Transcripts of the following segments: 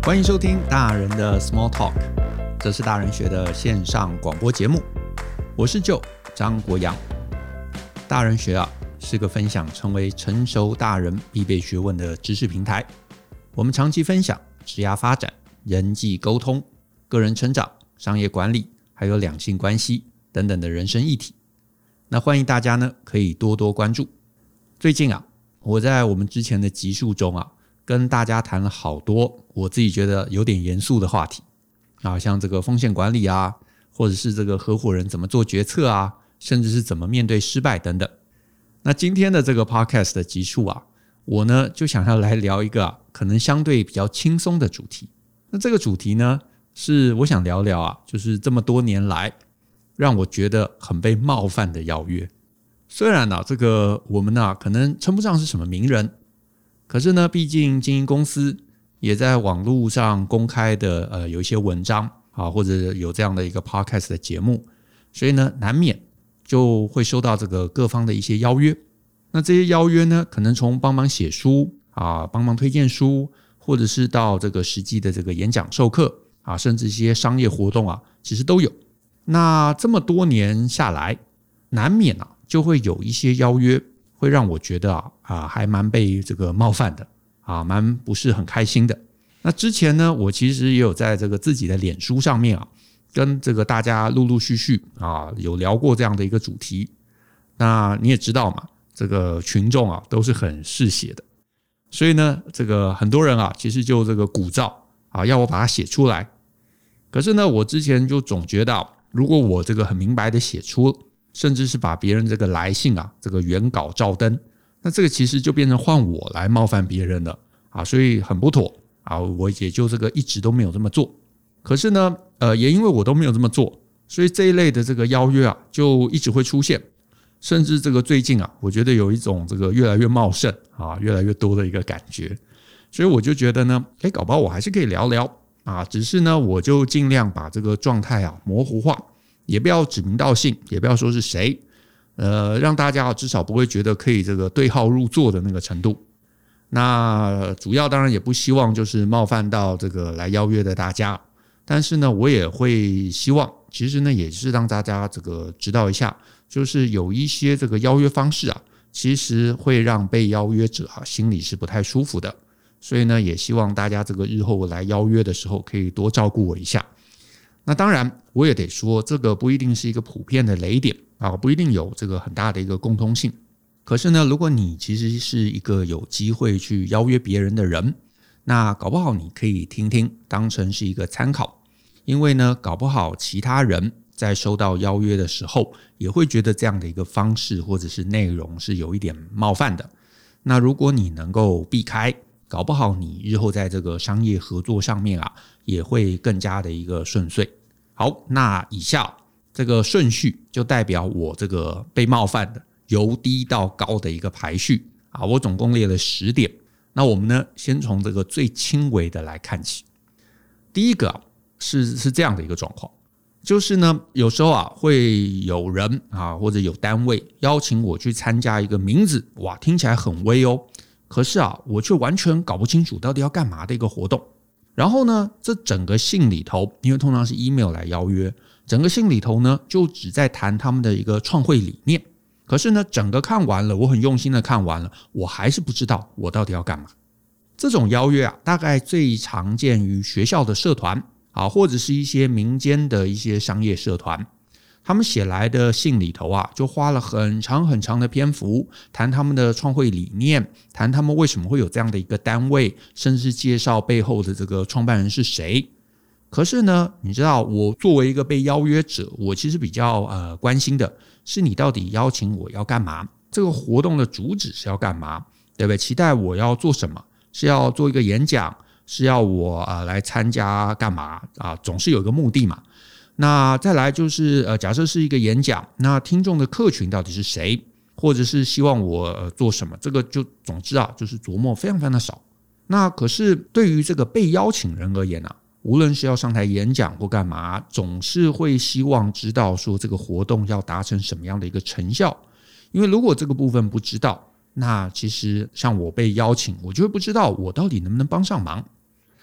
欢迎收听大人的 Small Talk， 这是大人学的线上广播节目。我是Joe张国阳。大人学是个分享成为成熟大人必备学问的知识平台。我们长期分享职业发展、人际沟通、个人成长、商业管理，还有两性关系等等的人生议题。那欢迎大家呢可以多多关注。最近我在我们之前的集数中跟大家谈了好多我自己觉得有点严肃的话题像这个风险管理或者是这个合伙人怎么做决策甚至是怎么面对失败等等。那今天的这个 podcast 的集数我呢就想要来聊一个可能相对比较轻松的主题。那这个主题呢是我想聊聊就是这么多年来让我觉得很被冒犯的邀约。虽然这个我们可能称不上是什么名人，可是呢毕竟经营公司也在网络上公开的有一些文章或者有这样的一个 podcast 的节目，所以呢难免就会收到这个各方的一些邀约。那这些邀约呢可能从帮忙写书帮忙推荐书，或者是到这个实际的这个演讲授课甚至一些商业活动其实都有。那这么多年下来，难免就会有一些邀约会让我觉得还蛮被这个冒犯的蛮不是很开心的。那之前呢我其实也有在这个自己的脸书上面跟这个大家陆陆续续有聊过这样的一个主题。那你也知道嘛，这个群众都是很嗜血的，所以呢这个很多人其实就这个鼓噪要我把它写出来。可是呢我之前就总觉得如果我这个很明白的写出，甚至是把别人这个来信这个原稿照登，那这个其实就变成换我来冒犯别人了所以很不妥我也就这个一直都没有这么做。可是呢也因为我都没有这么做，所以这一类的这个邀约就一直会出现，甚至这个最近我觉得有一种这个越来越茂盛越来越多的一个感觉。所以我就觉得呢搞不好我还是可以聊聊只是呢我就尽量把这个状态模糊化，也不要指名道姓，也不要说是谁让大家至少不会觉得可以这个对号入座的那个程度。那主要当然也不希望就是冒犯到这个来邀约的大家，但是呢我也会希望其实呢也是让大家这个知道一下，就是有一些这个邀约方式其实会让被邀约者心里是不太舒服的。所以呢也希望大家这个日后来邀约的时候可以多照顾我一下。那当然我也得说，这个不一定是一个普遍的雷点不一定有这个很大的一个共通性。可是呢如果你其实是一个有机会去邀约别人的人，那搞不好你可以听听，当成是一个参考。因为呢搞不好其他人在收到邀约的时候也会觉得这样的一个方式或者是内容是有一点冒犯的。那如果你能够避开，搞不好你日后在这个商业合作上面也会更加的一个顺遂。好，那以下这个顺序就代表我这个被冒犯的由低到高的一个排序我总共列了10点。那我们呢先从这个最轻微的来看起。第一个是这样的一个状况，就是呢有时候会有人或者有单位邀请我去参加一个名字听起来很威可是我却完全搞不清楚到底要干嘛的一个活动。然后呢这整个信里头，因为通常是 email 来邀约，整个信里头呢就只在谈他们的一个创会理念。可是呢整个看完了，我很用心的看完了，我还是不知道我到底要干嘛。这种邀约大概最常见于学校的社团或者是一些民间的一些商业社团。他们写来的信里头就花了很长很长的篇幅谈他们的创会理念，谈他们为什么会有这样的一个单位，甚至介绍背后的这个创办人是谁。可是呢你知道我作为一个被邀约者，我其实比较关心的是你到底邀请我要干嘛，这个活动的主旨是要干嘛，对不对？期待我要做什么，是要做一个演讲，是要我来参加干嘛总是有一个目的嘛。那再来就是假设是一个演讲，那听众的客群到底是谁，或者是希望我做什么，这个就总之就是琢磨非常非常的少。那可是对于这个被邀请人而言无论是要上台演讲或干嘛，总是会希望知道说这个活动要达成什么样的一个成效。因为如果这个部分不知道，那其实像我被邀请，我就会不知道我到底能不能帮上忙。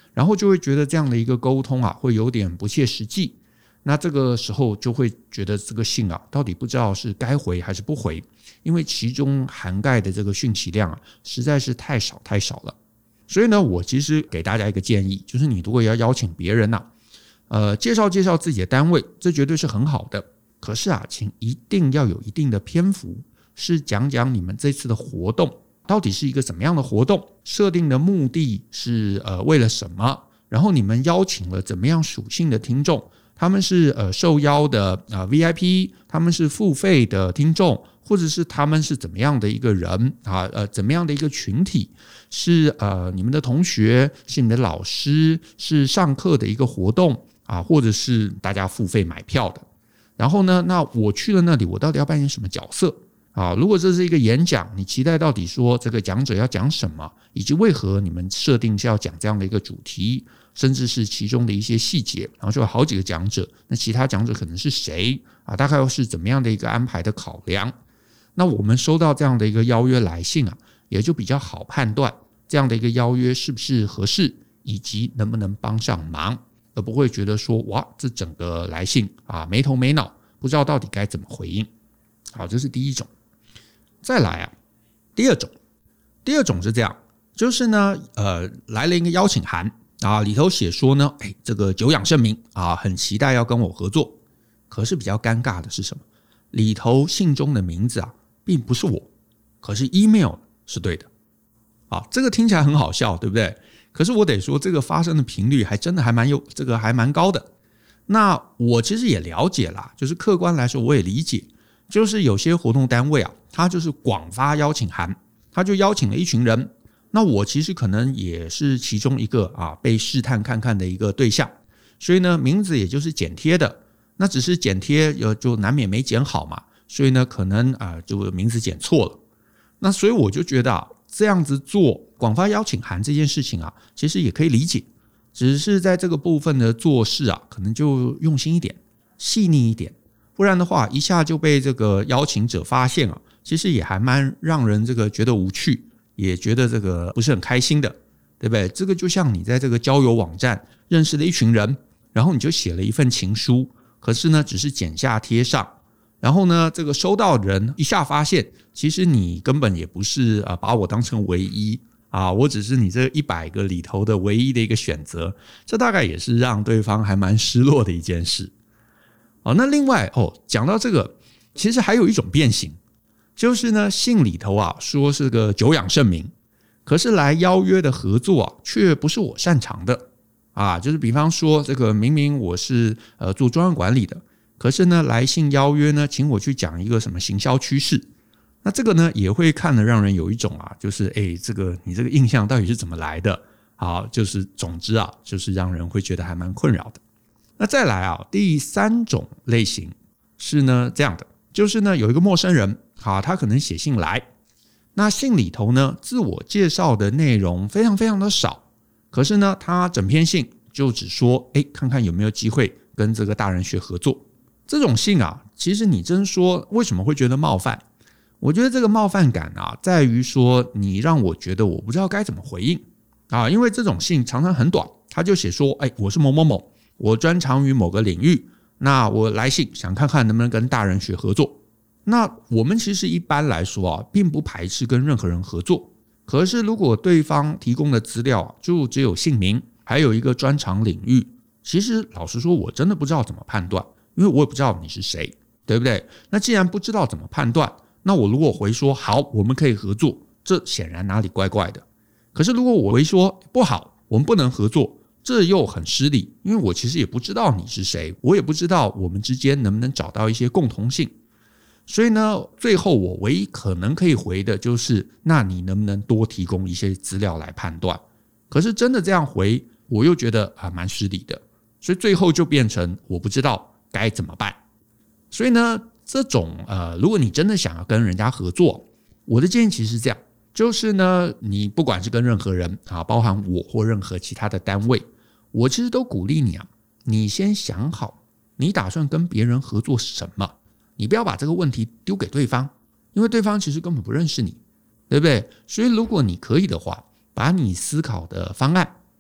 然后就会觉得这样的一个沟通啊，会有点不切实际。那这个时候就会觉得这个信啊，到底不知道是该回还是不回，因为其中涵盖的这个讯息量啊，实在是太少了。所以呢，我其实给大家一个建议，就是你如果要邀请别人介绍自己的单位，这绝对是很好的。可是啊，请一定要有一定的篇幅，是讲讲你们这次的活动到底是一个怎么样的活动，设定的目的是为了什么，然后你们邀请了怎么样属性的听众，他们是受邀的VIP， 他们是付费的听众，或者是他们是怎么样的一个人怎么样的一个群体，是你们的同学，是你们的老师，是上课的一个活动或者是大家付费买票的。然后呢，那我去了那里，我到底要扮演什么角色如果这是一个演讲，你期待到底说这个讲者要讲什么，以及为何你们设定是要讲这样的一个主题，甚至是其中的一些细节，然后就有好几个讲者，那其他讲者可能是谁大概又是怎么样的一个安排的考量。那我们收到这样的一个邀约来信也就比较好判断这样的一个邀约是不是合适，以及能不能帮上忙，而不会觉得说哇，这整个来信没头没脑，不知道到底该怎么回应。好，这是第一种。再来第二种是这样，就是呢来了一个邀请函里头写说呢这个久仰盛名很期待要跟我合作。可是比较尴尬的是什么？里头信中的名字并不是我，可是 email 是对的这个听起来很好笑，对不对？可是我得说，这个发生的频率还真的还蛮高的。那我其实也了解啦，就是客观来说我也理解，就是有些活动单位他就是广发邀请函，他就邀请了一群人，那我其实可能也是其中一个被试探看看的一个对象，所以呢名字也就是剪贴的，那只是剪贴就难免没剪好嘛，所以呢可能就名字剪错了。那所以我就觉得这样子做广发邀请函这件事情其实也可以理解，只是在这个部分的做事可能就用心一点，细腻一点，不然的话一下就被这个邀请者发现其实也还蛮让人这个觉得无趣，也觉得这个不是很开心的，对不对？这个就像你在这个交友网站认识了一群人，然后你就写了一份情书，可是呢只是剪下贴上，然后呢这个收到的人一下发现其实你根本也不是把我当成唯一我只是你这100个里头的唯一的一个选择，这大概也是让对方还蛮失落的一件事。那另外讲到这个，其实还有一种变形，就是呢信里头说是个久仰盛名，可是来邀约的合作却不是我擅长的就是比方说这个明明我是做专案管理的，可是呢来信邀约呢请我去讲一个什么行销趋势，那这个呢也会看得让人有一种就是这个你这个印象到底是怎么来的就是总之就是让人会觉得还蛮困扰的。那再来第3种类型是呢这样的，就是呢有一个陌生人他可能写信来，那信里头呢自我介绍的内容非常非常的少，可是呢他整篇信就只说看看有没有机会跟这个大人学合作。这种信其实你真说为什么会觉得冒犯，我觉得这个冒犯感在于说你让我觉得我不知道该怎么回应因为这种信常常很短，他就写说我是某某某，我专长于某个领域，那我来信想看看能不能跟大人学合作。那我们其实一般来说并不排斥跟任何人合作，可是如果对方提供的资料就只有姓名还有一个专长领域，其实老实说我真的不知道怎么判断，因为我也不知道你是谁，对不对？那既然不知道怎么判断，那我如果回说好我们可以合作，这显然哪里怪怪的。可是如果我回说不好我们不能合作，这又很失礼，因为我其实也不知道你是谁，我也不知道我们之间能不能找到一些共同性。所以呢最后我唯一可能可以回的就是那你能不能多提供一些资料来判断。可是真的这样回我又觉得蛮失礼的，所以最后就变成我不知道该怎么办。所以呢这种如果你真的想要跟人家合作，我的建议其实是这样，就是呢你不管是跟任何人包含我或任何其他的单位，我其实都鼓励你你先想好你打算跟别人合作什么，你不要把这个问题丢给对方，因为对方其实根本不认识你，对不对？所以如果你可以的话，把你思考的方案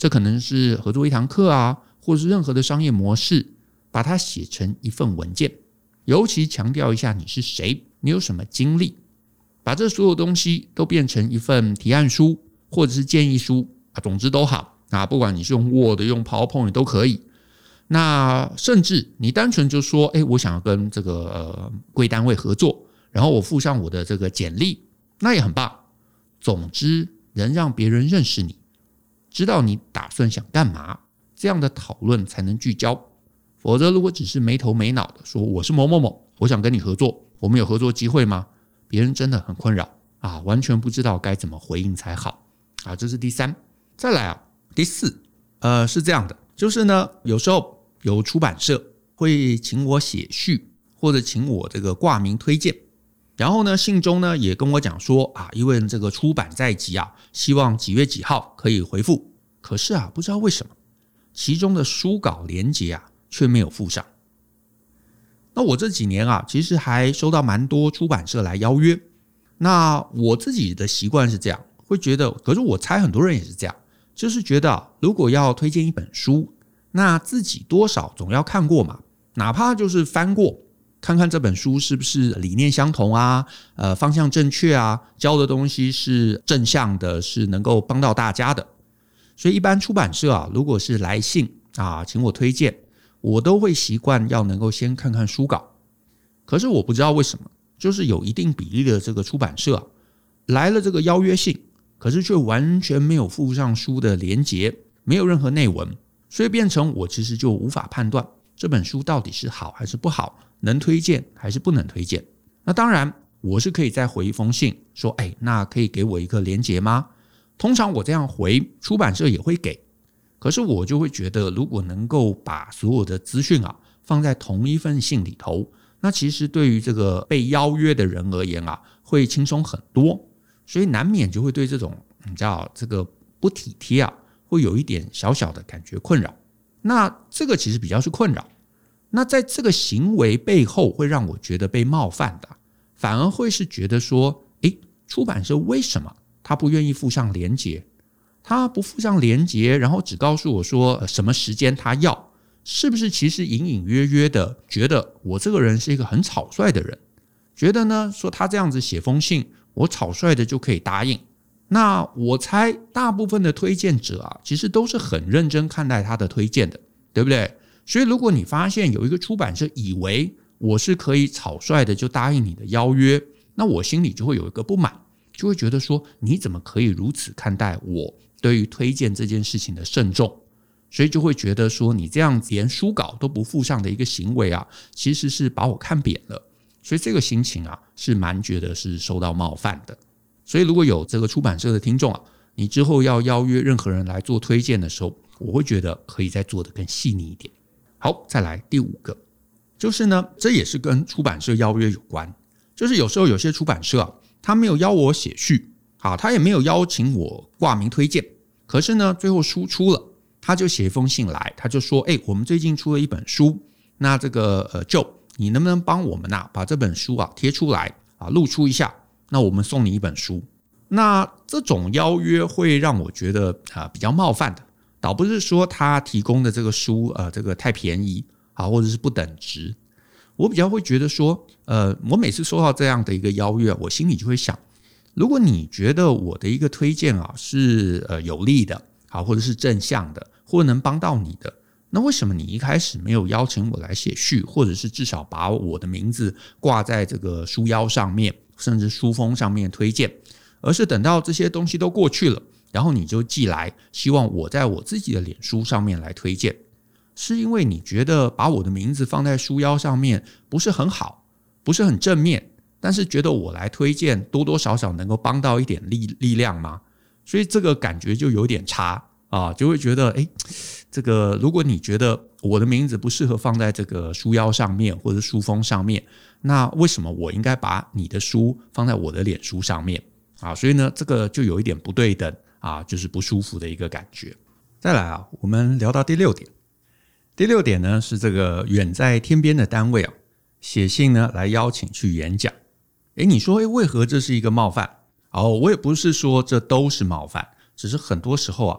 这可能是合作一堂课啊，或是任何的商业模式，把它写成一份文件，尤其强调一下你是谁，你有什么经历，把这所有东西都变成一份提案书或者是建议书总之都好不管你是用 Word 用 PowerPoint 都可以。那甚至你单纯就说我想要跟这个贵单位合作，然后我附上我的这个简历，那也很棒。总之能让别人认识你，知道你打算想干嘛，这样的讨论才能聚焦。否则如果只是没头没脑的说我是某某某，我想跟你合作，我们有合作机会吗？别人真的很困扰完全不知道该怎么回应才好这是第三。再来第四是这样的，就是呢有时候有出版社会请我写序，或者请我这个挂名推荐，然后呢信中呢也跟我讲说因为这个出版在即希望几月几号可以回复，可是不知道为什么其中的书稿连结却没有附上。那我这几年其实还收到蛮多出版社来邀约，那我自己的习惯是这样，会觉得，可是我猜很多人也是这样，就是觉得如果要推荐一本书，那自己多少总要看过嘛，哪怕就是翻过看看这本书是不是理念相同方向正确教的东西是正向的，是能够帮到大家的。所以一般出版社如果是来信请我推荐，我都会习惯要能够先看看书稿。可是我不知道为什么，就是有一定比例的这个出版社来了这个邀约信，可是却完全没有附上书的连结，没有任何内文，所以变成我其实就无法判断这本书到底是好还是不好，能推荐还是不能推荐。那当然我是可以再回一封信说那可以给我一个连结吗？通常我这样回，出版社也会给，可是我就会觉得如果能够把所有的资讯放在同一份信里头，那其实对于这个被邀约的人而言会轻松很多，所以难免就会对这种你知道这个不体贴会有一点小小的感觉困扰。那这个其实比较是困扰，那在这个行为背后会让我觉得被冒犯的，反而会是觉得说出版社为什么他不愿意附上连结？他不附上连结，然后只告诉我说什么时间他要，是不是其实隐隐约约的觉得我这个人是一个很草率的人，觉得呢说他这样子写封信我草率的就可以答应。那我猜大部分的推荐者其实都是很认真看待他的推荐的，对不对？所以如果你发现有一个出版社以为我是可以草率的就答应你的邀约，那我心里就会有一个不满，就会觉得说你怎么可以如此看待我对于推荐这件事情的慎重，所以就会觉得说你这样连书稿都不附上的一个行为其实是把我看扁了，所以这个心情是蛮觉得是受到冒犯的。所以如果有这个出版社的听众你之后要邀约任何人来做推荐的时候，我会觉得可以再做得更细腻一点。好，再来第五个，就是呢这也是跟出版社邀约有关，就是有时候有些出版社他没有邀我写序他也没有邀请我挂名推荐，可是呢最后书出了，他就写一封信来，他就说我们最近出了一本书，那这个Joe你能不能帮我们把这本书贴出来露出一下，那我们送你一本书。那这种邀约会让我觉得比较冒犯的，倒不是说他提供的这个书这个太便宜或者是不等值，我比较会觉得说我每次收到这样的一个邀约，我心里就会想，如果你觉得我的一个推荐是有利的或者是正向的，或者能帮到你的，那为什么你一开始没有邀请我来写序，或者是至少把我的名字挂在这个书腰上面，甚至书封上面推荐，而是等到这些东西都过去了，然后你就寄来希望我在我自己的脸书上面来推荐？是因为你觉得把我的名字放在书腰上面不是很好，不是很正面，但是觉得我来推荐多多少少能够帮到一点力量吗？所以这个感觉就有点差就会觉得这个如果你觉得我的名字不适合放在这个书腰上面或者书封上面，那为什么我应该把你的书放在我的脸书上面所以呢这个就有一点不对等就是不舒服的一个感觉。再来我们聊到第六点。第六点呢是这个远在天边的单位写信呢来邀请去演讲。你说为何这是一个冒犯？我也不是说这都是冒犯，只是很多时候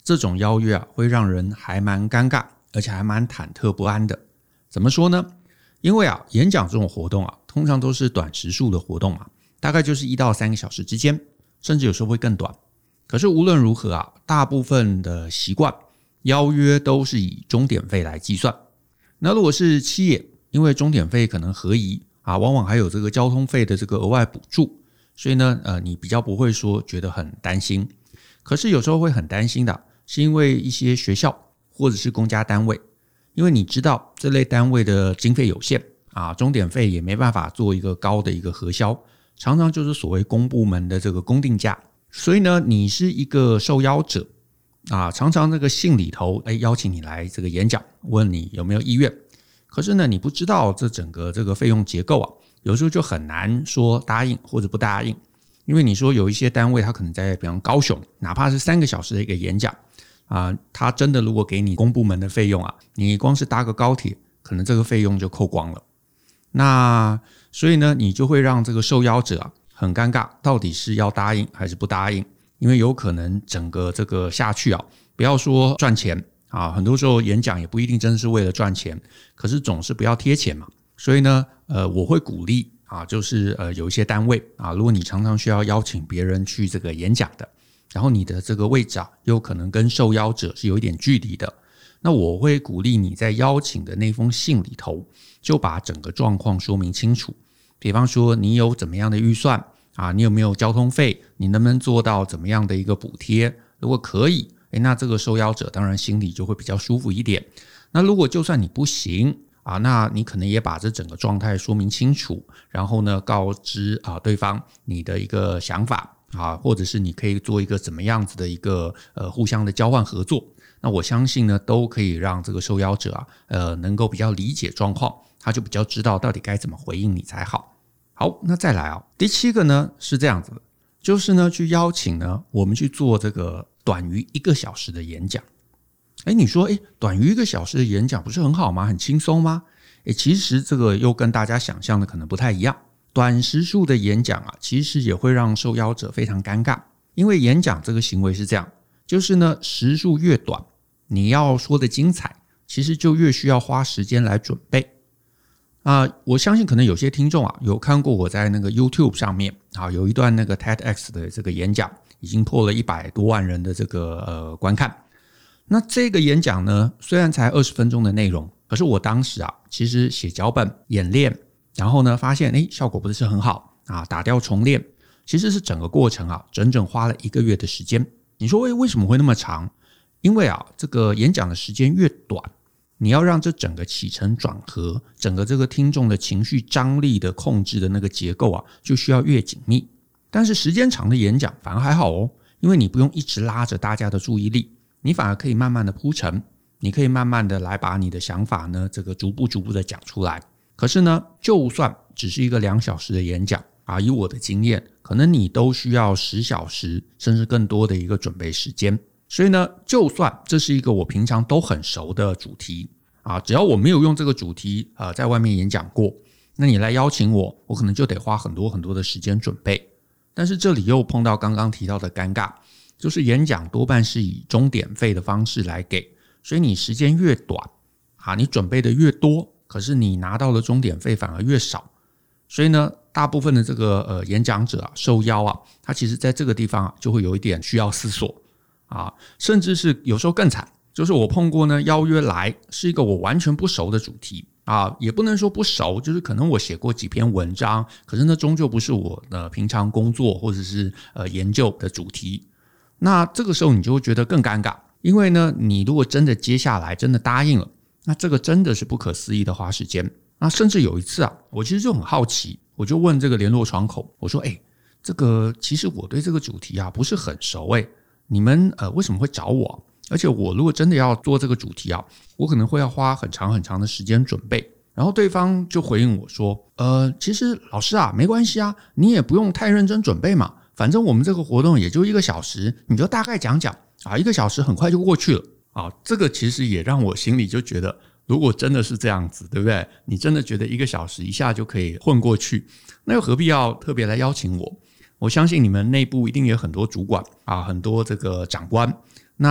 这种邀约啊，会让人还蛮尴尬，而且还蛮忐忑不安的。怎么说呢？因为啊，演讲这种活动啊，通常都是短时数的活动嘛，大概就是1到3个小时之间，甚至有时候会更短。可是无论如何啊，大部分的习惯邀约都是以钟点费来计算。那如果是企业，因为钟点费可能合宜啊，往往还有这个交通费的这个额外补助，所以呢，你比较不会说觉得很担心。可是有时候会很担心的，是因为一些学校或者是公家单位，因为你知道这类单位的经费有限啊，钟点费也没办法做一个高的一个核销，常常就是所谓公部门的这个公定价。所以呢，你是一个受邀者啊，常常这个信里头邀请你来这个演讲，问你有没有意愿。可是呢，你不知道这整个这个费用结构啊，有时候就很难说答应或者不答应。因为你说有一些单位他可能在比方高雄，哪怕是3个小时的一个演讲啊，他真的如果给你公部门的费用啊，你光是搭个高铁，可能这个费用就扣光了。那所以呢，你就会让这个受邀者啊很尴尬，到底是要答应还是不答应？因为有可能整个这个下去啊，不要说赚钱啊，很多时候演讲也不一定真的是为了赚钱，可是总是不要贴钱嘛。所以呢，我会鼓励啊，就是有一些单位啊，如果你常常需要邀请别人去这个演讲的，然后你的这个位置啊，有可能跟受邀者是有一点距离的，那我会鼓励你在邀请的那封信里头，就把整个状况说明清楚。比方说你有怎么样的预算啊，你有没有交通费，你能不能做到怎么样的一个补贴，如果可以，那这个受邀者当然心里就会比较舒服一点。那如果就算你不行啊，那你可能也把这整个状态说明清楚，然后呢告知对方你的一个想法啊，或者是你可以做一个怎么样子的一个互相的交换合作。那我相信呢，都可以让这个受邀者能够比较理解状况，他就比较知道到底该怎么回应你才好。好，那再来第7个呢是这样子的，就是呢去邀请呢我们去做这个短于1个小时的演讲。你说短于1个小时的演讲不是很好吗？很轻松吗？其实这个又跟大家想象的可能不太一样。短时数的演讲其实也会让受邀者非常尴尬，因为演讲这个行为是这样，就是呢时数越短，你要说的精彩，其实就越需要花时间来准备。我相信可能有些听众有看过我在那个 YouTube 上面有一段那个 TEDx 的这个演讲，已经破了100多万人的这个观看。那这个演讲呢，虽然才20分钟的内容，可是我当时其实写脚本演练，然后呢发现效果不是很好打掉重练，其实是整个过程整整花了1个月的时间。你说为什么会那么长？因为这个演讲的时间越短，你要让这整个起承转合，整个这个听众的情绪张力的控制的那个结构就需要越紧密。但是时间长的演讲反而还好因为你不用一直拉着大家的注意力，你反而可以慢慢的铺陈，你可以慢慢的来把你的想法呢这个逐步的讲出来。可是呢，就算只是一个2小时的演讲以我的经验，可能你都需要10小时甚至更多的一个准备时间。所以呢，就算这是一个我平常都很熟的主题只要我没有用这个主题在外面演讲过，那你来邀请我，我可能就得花很多很多的时间准备。但是这里又碰到刚刚提到的尴尬，就是演讲多半是以钟点费的方式来给，所以你时间越短你准备的越多，可是你拿到的钟点费反而越少。所以呢，大部分的这个演讲者受邀他其实在这个地方就会有一点需要思索甚至是有时候更惨，就是我碰过呢邀约来是一个我完全不熟的主题也不能说不熟，就是可能我写过几篇文章，可是呢终究不是我的平常工作或者是研究的主题。那这个时候你就会觉得更尴尬，因为呢你如果真的接下来真的答应了，那这个真的是不可思议的花时间。那甚至有一次我其实就很好奇，我就问这个联络窗口，我说这个其实我对这个主题不是很熟你们为什么会找我？而且我如果真的要做这个主题我可能会要花很长很长的时间准备。然后对方就回应我说其实老师没关系你也不用太认真准备嘛，反正我们这个活动也就1个小时，你就大概讲讲1个小时很快就过去了这个其实也让我心里就觉得，如果真的是这样子，对不对？你真的觉得1个小时一下就可以混过去，那又何必要特别来邀请我？我相信你们内部一定有很多主管很多这个长官，那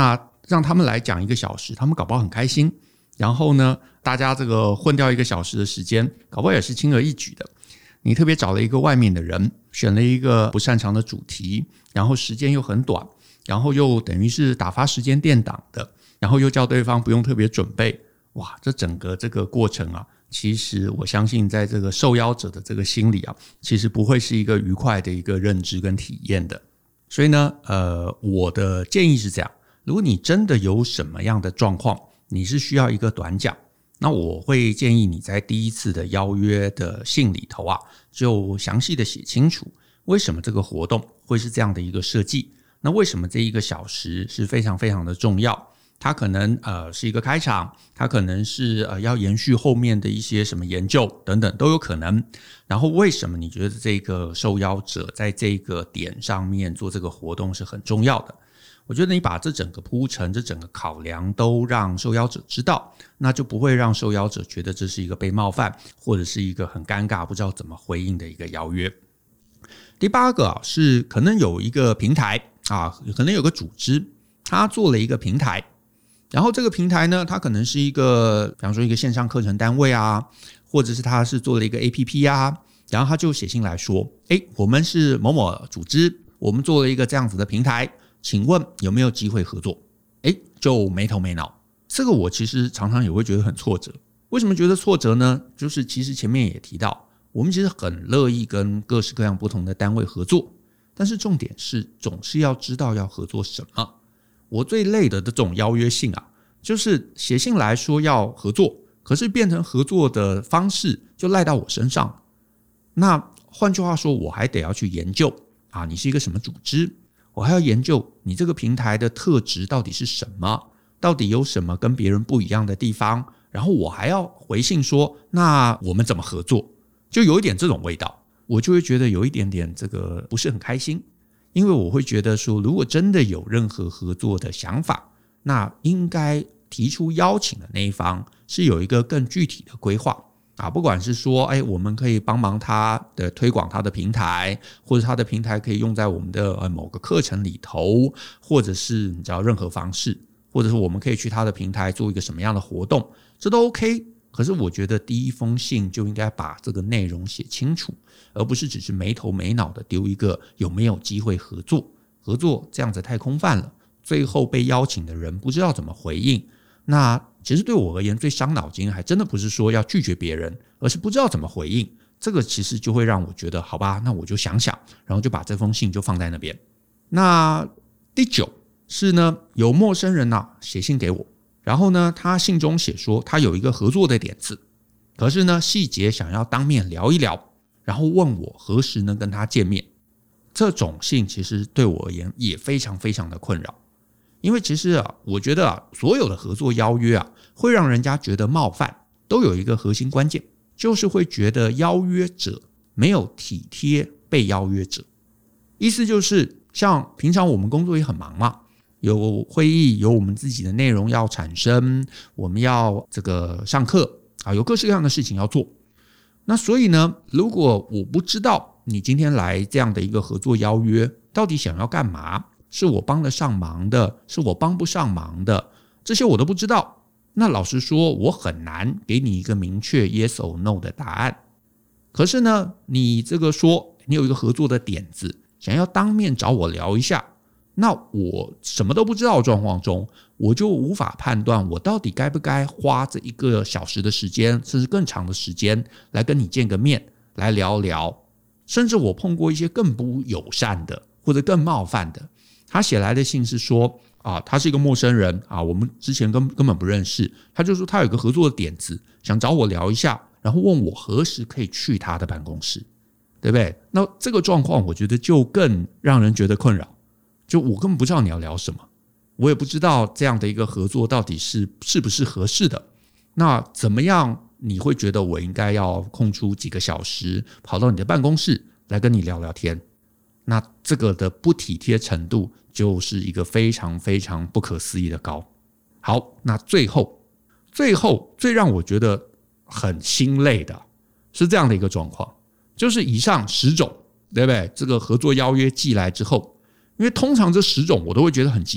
让他们来讲1个小时，他们搞不好很开心。然后呢，大家这个混掉1个小时的时间，搞不好也是轻而易举的。你特别找了一个外面的人，选了一个不擅长的主题，然后时间又很短，然后又等于是打发时间垫档的，然后又叫对方不用特别准备。哇，这整个这个过程啊，其实我相信在这个受邀者的这个心里啊，其实不会是一个愉快的一个认知跟体验的。所以呢，我的建议是这样，如果你真的有什么样的状况，你是需要一个短讲，那我会建议你在第一次的邀约的信里头啊，就详细的写清楚为什么这个活动会是这样的一个设计，那为什么这1个小时是非常非常的重要，它可能是一个开场，它可能是要延续后面的一些什么研究等等都有可能。然后为什么你觉得这个受邀者在这个点上面做这个活动是很重要的？我觉得你把这整个铺陈，这整个考量都让受邀者知道，那就不会让受邀者觉得这是一个被冒犯，或者是一个很尴尬不知道怎么回应的一个邀约。第8个是可能有一个平台可能有个组织，他做了一个平台，然后这个平台呢，它可能是一个比方说一个线上课程单位啊，或者是他是做了一个 APP 啊，然后他就写信来说，我们是某某组织，我们做了一个这样子的平台，请问有没有机会合作？就没头没脑。这个我其实常常也会觉得很挫折。为什么觉得挫折呢？就是其实前面也提到，我们其实很乐意跟各式各样不同的单位合作，但是重点是总是要知道要合作什么。我最累的这种邀约信啊，就是写信来说要合作，可是变成合作的方式就赖到我身上。那换句话说，我还得要去研究你是一个什么组织，我还要研究你这个平台的特质到底是什么，到底有什么跟别人不一样的地方，然后我还要回信说那我们怎么合作，就有一点这种味道，我就会觉得有一点点这个不是很开心。因为我会觉得说，如果真的有任何合作的想法，那应该提出邀请的那一方是有一个更具体的规划不管是说我们可以帮忙他的推广他的平台，或者他的平台可以用在我们的某个课程里头，或者是你知道任何方式，或者是我们可以去他的平台做一个什么样的活动，这都 OK。可是我觉得第一封信就应该把这个内容写清楚，而不是只是没头没脑的丢一个有没有机会合作，合作这样子太空泛了，最后被邀请的人不知道怎么回应。那其实对我而言最伤脑筋还真的不是说要拒绝别人，而是不知道怎么回应。这个其实就会让我觉得好吧，那我就想想，然后就把这封信就放在那边。那第9是呢，有陌生人写信给我，然后呢他信中写说他有一个合作的点子，可是呢细节想要当面聊一聊，然后问我何时能跟他见面。这种信其实对我而言也非常非常的困扰，因为其实我觉得所有的合作邀约会让人家觉得冒犯，都有一个核心关键，就是会觉得邀约者没有体贴被邀约者。意思就是像平常我们工作也很忙嘛，有会议，有我们自己的内容要产生，我们要这个上课有各式各样的事情要做。那所以呢，如果我不知道你今天来这样的一个合作邀约到底想要干嘛，是我帮得上忙的，是我帮不上忙的，这些我都不知道，那老实说我很难给你一个明确 yes or no 的答案。可是呢，你这个说你有一个合作的点子，想要当面找我聊一下，那我什么都不知道的状况中，我就无法判断我到底该不该花这1个小时的时间，甚至更长的时间来跟你见个面，来聊聊。甚至我碰过一些更不友善的或者更冒犯的，他写来的信是说他是一个陌生人我们之前根本不认识，他就说他有一个合作的点子，想找我聊一下，然后问我何时可以去他的办公室，对不对？那这个状况我觉得就更让人觉得困扰，就我根本不知道你要聊什么，我也不知道这样的一个合作到底是不是合适的，那怎么样你会觉得我应该要空出几个小时跑到你的办公室来跟你聊聊天？那这个的不体贴程度就是一个非常非常不可思议的高。好，那最后最让我觉得很心累的是这样的一个状况，就是以上10种，对不对？这个合作邀约寄来之后，因为通常这10种我都会觉得很棘手，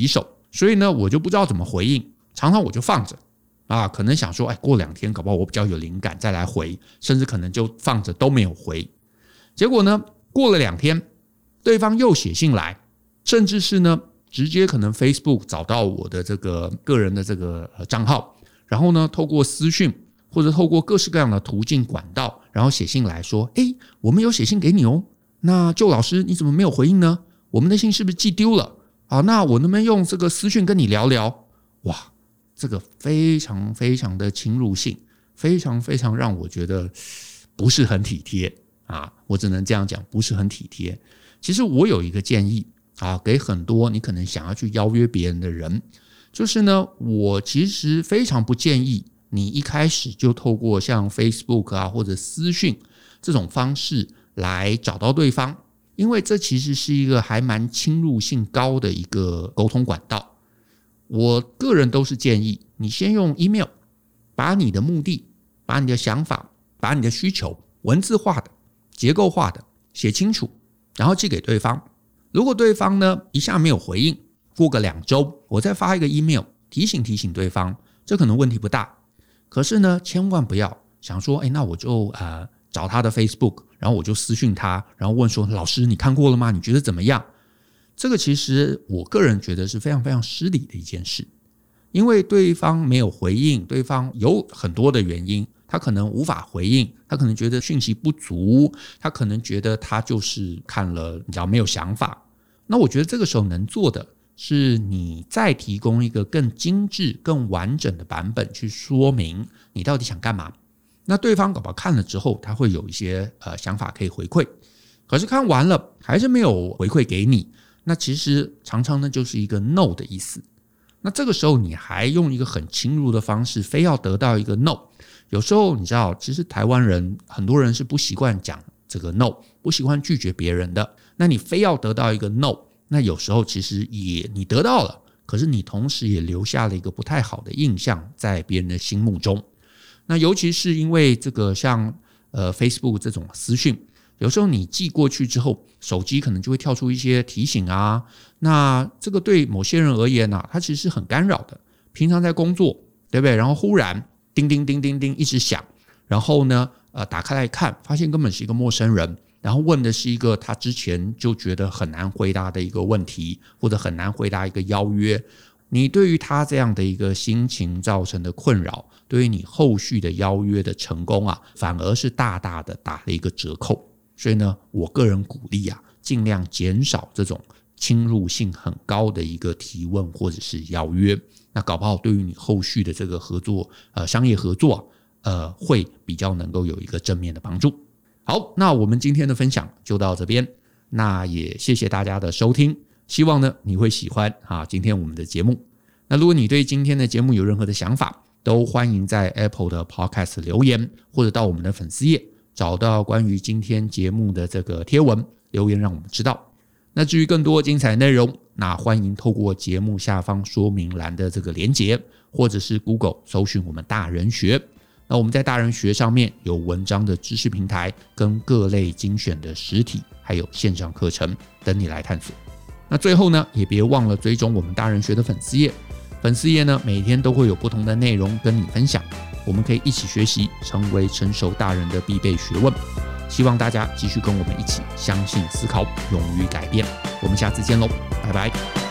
所以呢我就不知道怎么回应，常常我就放着可能想说过2天搞不好我比较有灵感再来回，甚至可能就放着都没有回。结果呢过了2天，对方又写信来，甚至是呢直接可能 Facebook 找到我的这个个人的这个账号，然后呢透过私讯或者透过各式各样的途径管道，然后写信来说我们有写信给你哦，那就老师你怎么没有回应呢？我们的信是不是寄丢了？那我能不能用这个私讯跟你聊聊？哇，这个非常非常的侵入性，非常非常让我觉得不是很体贴我只能这样讲，不是很体贴。其实我有一个建议给很多你可能想要去邀约别人的人，就是呢我其实非常不建议你一开始就透过像 Facebook 或者私讯这种方式来找到对方，因为这其实是一个还蛮侵入性高的一个沟通管道。我个人都是建议你先用 email 把你的目的、把你的想法、把你的需求文字化的、结构化的写清楚，然后寄给对方。如果对方呢一下没有回应，过个2周我再发一个 email 提醒对方，这可能问题不大。可是呢千万不要想说那我就找他的 Facebook， 然后我就私讯他，然后问说老师你看过了吗？你觉得怎么样？这个其实我个人觉得是非常非常失礼的一件事，因为对方没有回应，对方有很多的原因，他可能无法回应，他可能觉得讯息不足，他可能觉得他就是看了你知道没有想法。那我觉得这个时候能做的是你再提供一个更精致更完整的版本去说明你到底想干嘛。那对方搞不好看了之后他会有一些想法可以回馈，可是看完了还是没有回馈给你，那其实常常呢就是一个 no 的意思。那这个时候你还用一个很侵入的方式非要得到一个 no， 有时候你知道其实台湾人很多人是不习惯讲这个 no， 不习惯拒绝别人的，那你非要得到一个 no， 那有时候其实也你得到了，可是你同时也留下了一个不太好的印象在别人的心目中。那尤其是因为这个像Facebook 这种私讯，有时候你寄过去之后手机可能就会跳出一些提醒那这个对某些人而言它其实是很干扰的。平常在工作对不对，然后忽然叮叮叮叮叮一直响，然后呢打开来看发现根本是一个陌生人，然后问的是一个他之前就觉得很难回答的一个问题，或者很难回答一个邀约，你对于他这样的一个心情造成的困扰，对于你后续的邀约的成功反而是大大的打了一个折扣。所以呢我个人鼓励尽量减少这种侵入性很高的一个提问或者是邀约，那搞不好对于你后续的这个合作商业合作会比较能够有一个正面的帮助。好，那我们今天的分享就到这边，那也谢谢大家的收听，希望呢你会喜欢今天我们的节目。那如果你对今天的节目有任何的想法，都欢迎在 Apple 的 Podcast 留言，或者到我们的粉丝页找到关于今天节目的这个贴文留言让我们知道。那至于更多精彩内容，那欢迎透过节目下方说明栏的这个连结，或者是 Google 搜寻我们大人学。那我们在大人学上面有文章的知识平台跟各类精选的实体还有线上课程等你来探索。那最后呢也别忘了追踪我们大人学的粉丝页，粉丝页呢每天都会有不同的内容跟你分享，我们可以一起学习，成为成熟大人的必备学问。希望大家继续跟我们一起相信、思考、勇于改变。我们下次见喽，拜拜。